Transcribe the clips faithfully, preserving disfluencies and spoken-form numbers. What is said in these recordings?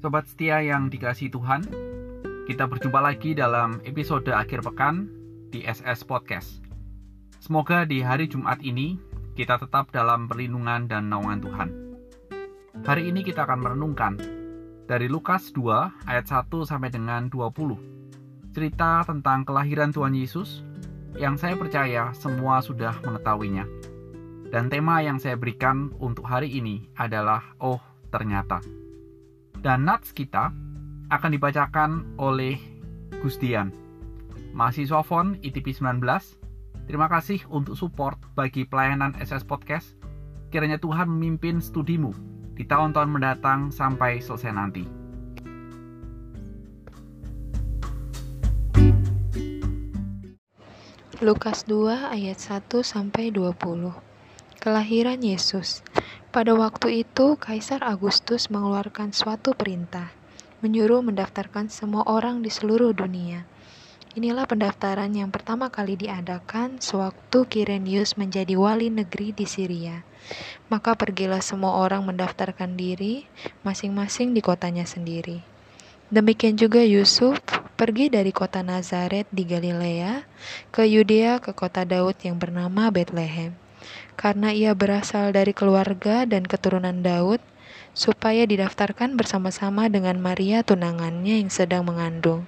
Sobat setia yang dikasihi Tuhan, kita berjumpa lagi dalam episode akhir pekan di S S Podcast. Semoga di hari Jumat ini kita tetap dalam perlindungan dan naungan Tuhan. Hari ini kita akan merenungkan dari Lukas dua ayat satu sampai dengan dua puluh. Cerita tentang kelahiran Tuhan Yesus yang saya percaya semua sudah mengetahuinya. Dan tema yang saya berikan untuk hari ini adalah Oh Ternyata. Dan nats kita akan dibacakan oleh Gus Dian, mahasiswa F O N I T P sembilan belas. Terima kasih untuk support bagi pelayanan S S Podcast. Kiranya Tuhan memimpin studimu di tahun-tahun mendatang sampai selesai nanti. Lukas dua ayat satu sampai dua puluh. Kelahiran Yesus. Pada waktu itu, Kaisar Agustus mengeluarkan suatu perintah, menyuruh mendaftarkan semua orang di seluruh dunia. Inilah pendaftaran yang pertama kali diadakan sewaktu Kirenius menjadi wali negeri di Syria. Maka pergilah semua orang mendaftarkan diri, masing-masing di kotanya sendiri. Demikian juga Yusuf pergi dari kota Nazaret di Galilea ke Yudea ke kota Daud yang bernama Betlehem, karena ia berasal dari keluarga dan keturunan Daud, supaya didaftarkan bersama-sama dengan Maria tunangannya yang sedang mengandung.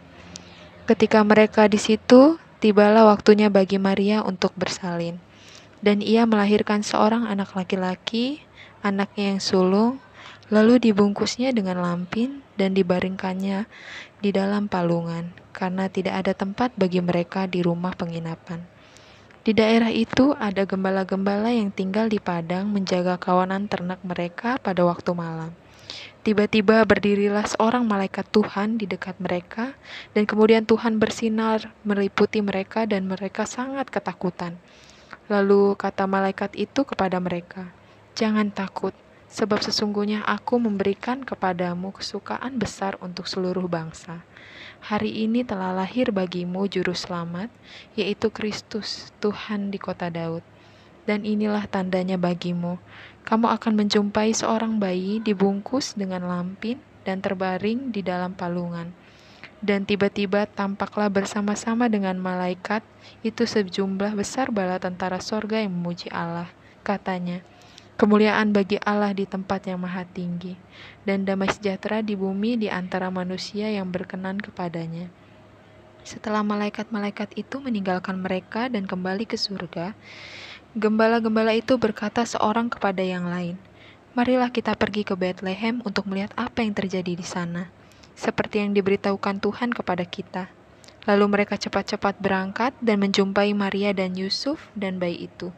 Ketika mereka di situ, tibalah waktunya bagi Maria untuk bersalin, dan ia melahirkan seorang anak laki-laki, anaknya yang sulung, lalu dibungkusnya dengan lampin dan dibaringkannya di dalam palungan, karena tidak ada tempat bagi mereka di rumah penginapan. Di daerah itu ada gembala-gembala yang tinggal di padang menjaga kawanan ternak mereka pada waktu malam. Tiba-tiba berdirilah seorang malaikat Tuhan di dekat mereka, dan kemudian Tuhan bersinar meliputi mereka dan mereka sangat ketakutan. Lalu kata malaikat itu kepada mereka, "Jangan takut, sebab sesungguhnya aku memberikan kepadamu kesukaan besar untuk seluruh bangsa. Hari ini telah lahir bagimu juru selamat, yaitu Kristus, Tuhan di kota Daud. Dan inilah tandanya bagimu, kamu akan menjumpai seorang bayi dibungkus dengan lampin dan terbaring di dalam palungan." Dan tiba-tiba tampaklah bersama-sama dengan malaikat itu sejumlah besar bala tentara sorga yang memuji Allah. Katanya, "Kemuliaan bagi Allah di tempat yang maha tinggi, dan damai sejahtera di bumi di antara manusia yang berkenan kepadanya." Setelah malaikat-malaikat itu meninggalkan mereka dan kembali ke surga, gembala-gembala itu berkata seorang kepada yang lain, "Marilah kita pergi ke Betlehem untuk melihat apa yang terjadi di sana, seperti yang diberitahukan Tuhan kepada kita." Lalu mereka cepat-cepat berangkat dan menjumpai Maria dan Yusuf dan bayi itu,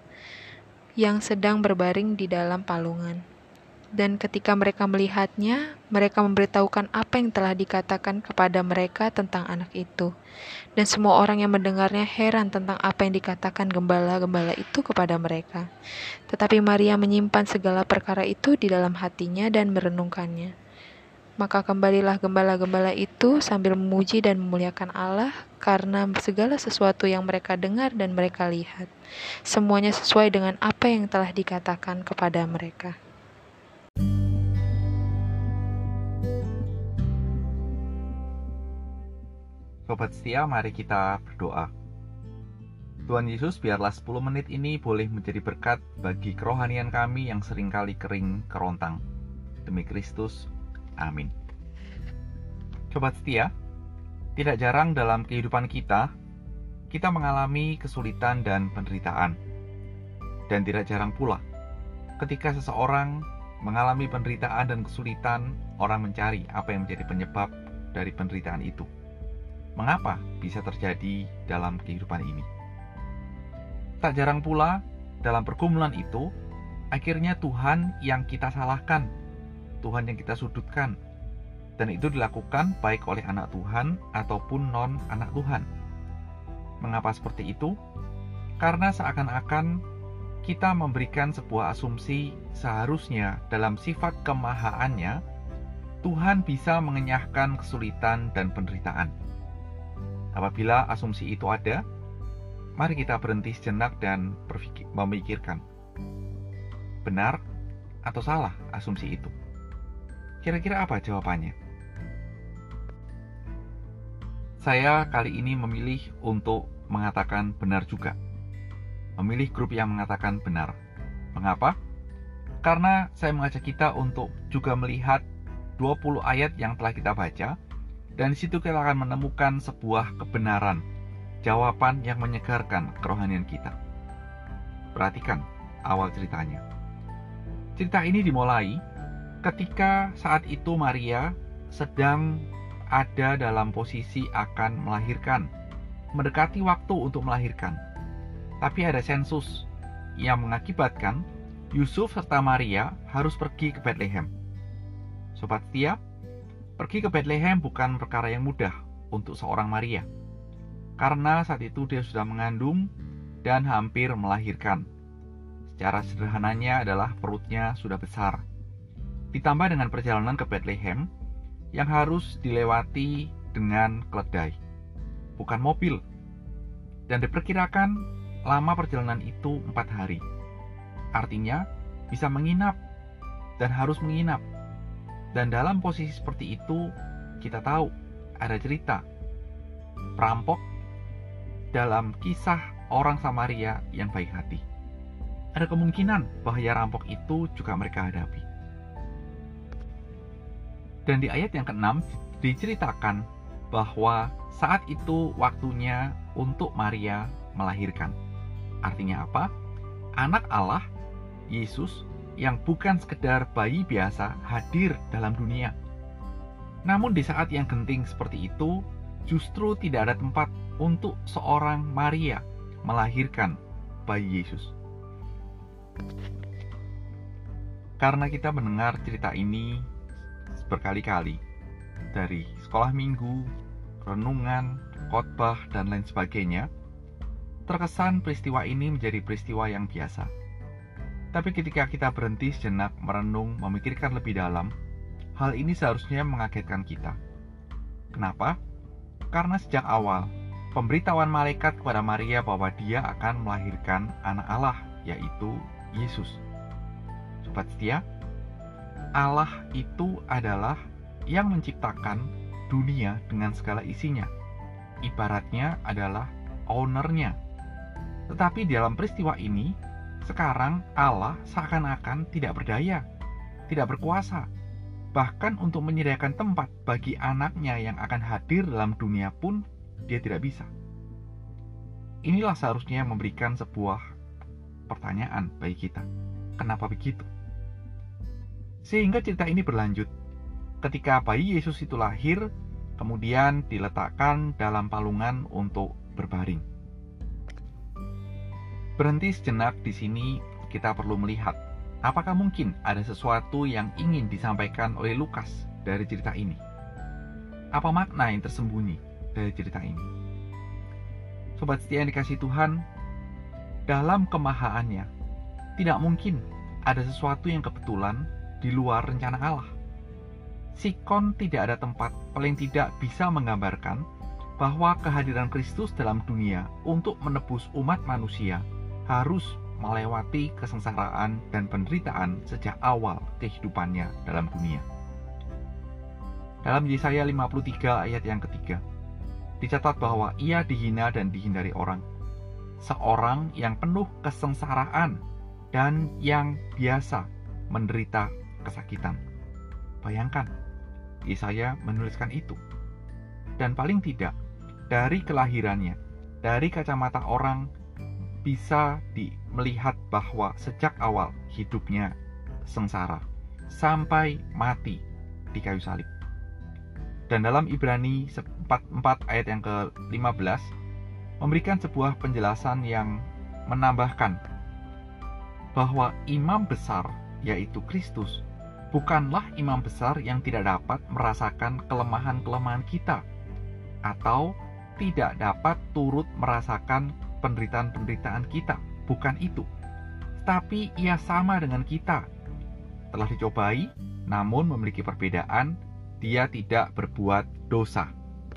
yang sedang berbaring di dalam palungan. Dan ketika mereka melihatnya, mereka memberitahukan apa yang telah dikatakan kepada mereka tentang anak itu. Dan semua orang yang mendengarnya heran tentang apa yang dikatakan gembala-gembala itu kepada mereka. Tetapi Maria menyimpan segala perkara itu di dalam hatinya dan merenungkannya. Maka kembalilah gembala-gembala itu sambil memuji dan memuliakan Allah karena segala sesuatu yang mereka dengar dan mereka lihat. Semuanya sesuai dengan apa yang telah dikatakan kepada mereka. Sobat setia, mari kita berdoa. Tuhan Yesus, biarlah sepuluh menit ini boleh menjadi berkat bagi kerohanian kami yang seringkali kering kerontang. Demi Kristus, amin. Sobat setia, tidak jarang dalam kehidupan kita, kita mengalami kesulitan dan penderitaan. Dan tidak jarang pula, ketika seseorang mengalami penderitaan dan kesulitan, orang mencari apa yang menjadi penyebab dari penderitaan itu. Mengapa bisa terjadi dalam kehidupan ini? Tak jarang pula, dalam pergumulan itu, akhirnya Tuhan yang kita salahkan, Tuhan yang kita sudutkan. Dan itu dilakukan baik oleh anak Tuhan ataupun non-anak Tuhan. Mengapa seperti itu? Karena seakan-akan kita memberikan sebuah asumsi seharusnya dalam sifat kemahaannya, Tuhan bisa mengenyahkan kesulitan dan penderitaan. Apabila asumsi itu ada, mari kita berhenti sejenak dan berpikir, memikirkan, benar atau salah asumsi itu? Kira-kira apa jawabannya? Saya kali ini memilih untuk mengatakan benar juga. Memilih grup yang mengatakan benar. Mengapa? Karena saya mengajak kita untuk juga melihat dua puluh ayat yang telah kita baca, dan di situ kita akan menemukan sebuah kebenaran, jawaban yang menyegarkan kerohanian kita. Perhatikan awal ceritanya. Cerita ini dimulai ketika saat itu Maria sedang ada dalam posisi akan melahirkan, mendekati waktu untuk melahirkan. Tapi ada sensus yang mengakibatkan Yusuf serta Maria harus pergi ke Bethlehem. Sobat setia, pergi ke Bethlehem bukan perkara yang mudah untuk seorang Maria, karena saat itu dia sudah mengandung dan hampir melahirkan. Secara sederhananya adalah perutnya sudah besar. Ditambah dengan perjalanan ke Bethlehem yang harus dilewati dengan keledai, bukan mobil. Dan diperkirakan lama perjalanan itu empat hari. Artinya bisa menginap dan harus menginap. Dan dalam posisi seperti itu kita tahu ada cerita perampok dalam kisah orang Samaria yang baik hati. Ada kemungkinan bahaya rampok itu juga mereka hadapi. Dan di ayat yang keenam diceritakan bahwa saat itu waktunya untuk Maria melahirkan. Artinya apa? Anak Allah, Yesus, yang bukan sekedar bayi biasa hadir dalam dunia. Namun di saat yang genting seperti itu, justru tidak ada tempat untuk seorang Maria melahirkan bayi Yesus. Karena kita mendengar cerita ini berkali-kali dari sekolah minggu, renungan, khotbah, dan lain sebagainya, terkesan peristiwa ini menjadi peristiwa yang biasa. Tapi ketika kita berhenti sejenak merenung, memikirkan lebih dalam, hal ini seharusnya mengagetkan kita. Kenapa? Karena sejak awal, pemberitahuan malaikat kepada Maria bahwa dia akan melahirkan anak Allah, yaitu Yesus. Sobat setia, Allah itu adalah yang menciptakan dunia dengan segala isinya. Ibaratnya adalah ownernya. Tetapi dalam peristiwa ini, sekarang Allah seakan-akan tidak berdaya, tidak berkuasa. Bahkan untuk menyediakan tempat bagi anaknya yang akan hadir dalam dunia pun, dia tidak bisa. Inilah seharusnya memberikan sebuah pertanyaan bagi kita. Kenapa begitu? Sehingga cerita ini berlanjut. Ketika bayi Yesus itu lahir, kemudian diletakkan dalam palungan untuk berbaring. Berhenti sejenak di sini, kita perlu melihat apakah mungkin ada sesuatu yang ingin disampaikan oleh Lukas dari cerita ini. Apa makna yang tersembunyi dari cerita ini? Sobat setia yang dikasihi Tuhan, dalam kemahaannya, tidak mungkin ada sesuatu yang kebetulan di luar rencana Allah. Sikon tidak ada tempat, paling tidak bisa menggambarkan bahwa kehadiran Kristus dalam dunia untuk menebus umat manusia harus melewati kesengsaraan dan penderitaan sejak awal kehidupannya dalam dunia. Dalam Yesaya lima puluh tiga ayat yang ketiga, dicatat bahwa ia dihina dan dihindari orang, seorang yang penuh kesengsaraan dan yang biasa menderita kesakitan. Bayangkan, Yesaya menuliskan itu. Dan paling tidak, dari kelahirannya, dari kacamata orang, bisa di, melihat bahwa sejak awal hidupnya sengsara, sampai mati di kayu salib. Dan dalam Ibrani empat puluh empat ayat yang ke lima belas, memberikan sebuah penjelasan yang menambahkan bahwa imam besar, yaitu Kristus, bukanlah imam besar yang tidak dapat merasakan kelemahan-kelemahan kita, atau tidak dapat turut merasakan penderitaan-penderitaan kita. Bukan itu. Tapi ia sama dengan kita. Telah dicobai, namun memiliki perbedaan, dia tidak berbuat dosa.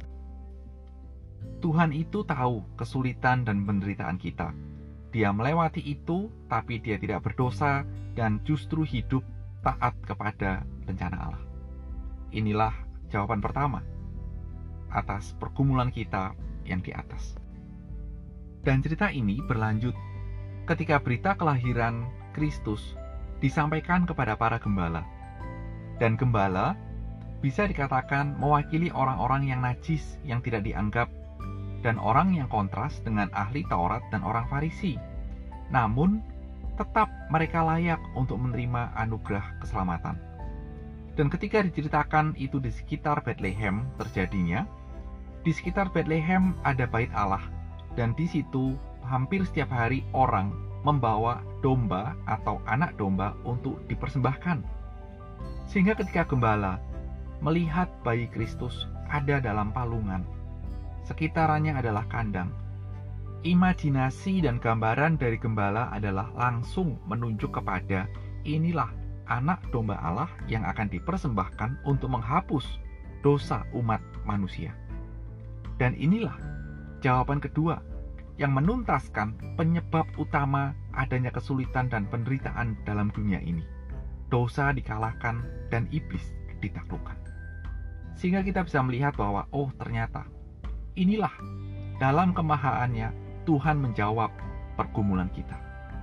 Tuhan itu tahu kesulitan dan penderitaan kita. Dia melewati itu, tapi dia tidak berdosa dan justru hidup taat kepada rencana Allah. Inilah jawaban pertama. atas pergumulan kita yang di atas. Dan cerita ini berlanjut ketika berita kelahiran Kristus disampaikan kepada para gembala. Dan gembala bisa dikatakan mewakili orang-orang yang najis yang tidak dianggap dan orang yang kontras dengan ahli Taurat dan orang Farisi. Namun, tetap mereka layak untuk menerima anugerah keselamatan. Dan ketika diceritakan itu di sekitar Bethlehem terjadinya, di sekitar Bethlehem ada bait Allah, dan di situ hampir setiap hari orang membawa domba atau anak domba untuk dipersembahkan. Sehingga ketika gembala melihat bayi Kristus ada dalam palungan, sekitarannya adalah kandang, imajinasi dan gambaran dari gembala adalah langsung menunjuk kepada inilah anak domba Allah yang akan dipersembahkan untuk menghapus dosa umat manusia. Dan inilah jawaban kedua yang menuntaskan penyebab utama adanya kesulitan dan penderitaan dalam dunia ini. Dosa dikalahkan dan iblis ditaklukkan. Sehingga kita bisa melihat bahwa oh ternyata inilah dalam kemahaannya Tuhan menjawab pergumulan kita.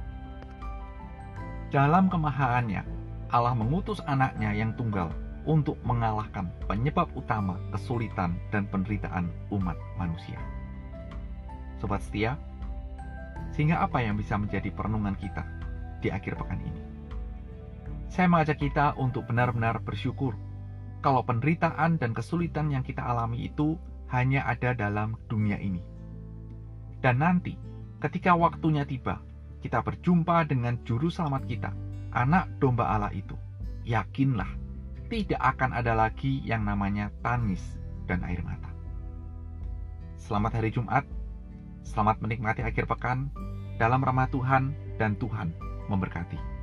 Dalam kemahaannya Allah mengutus anaknya yang tunggal untuk mengalahkan penyebab utama kesulitan dan penderitaan umat manusia. Sobat setia, sehingga apa yang bisa menjadi perenungan kita di akhir pekan ini? Saya mengajak kita untuk benar-benar bersyukur kalau penderitaan dan kesulitan yang kita alami itu hanya ada dalam dunia ini. Dan nanti, ketika waktunya tiba, kita berjumpa dengan juru selamat kita, anak domba Allah itu. Yakinlah, tidak akan ada lagi yang namanya tangis dan air mata. Selamat hari Jumat, selamat menikmati akhir pekan dalam rahmat Tuhan, dan Tuhan memberkati.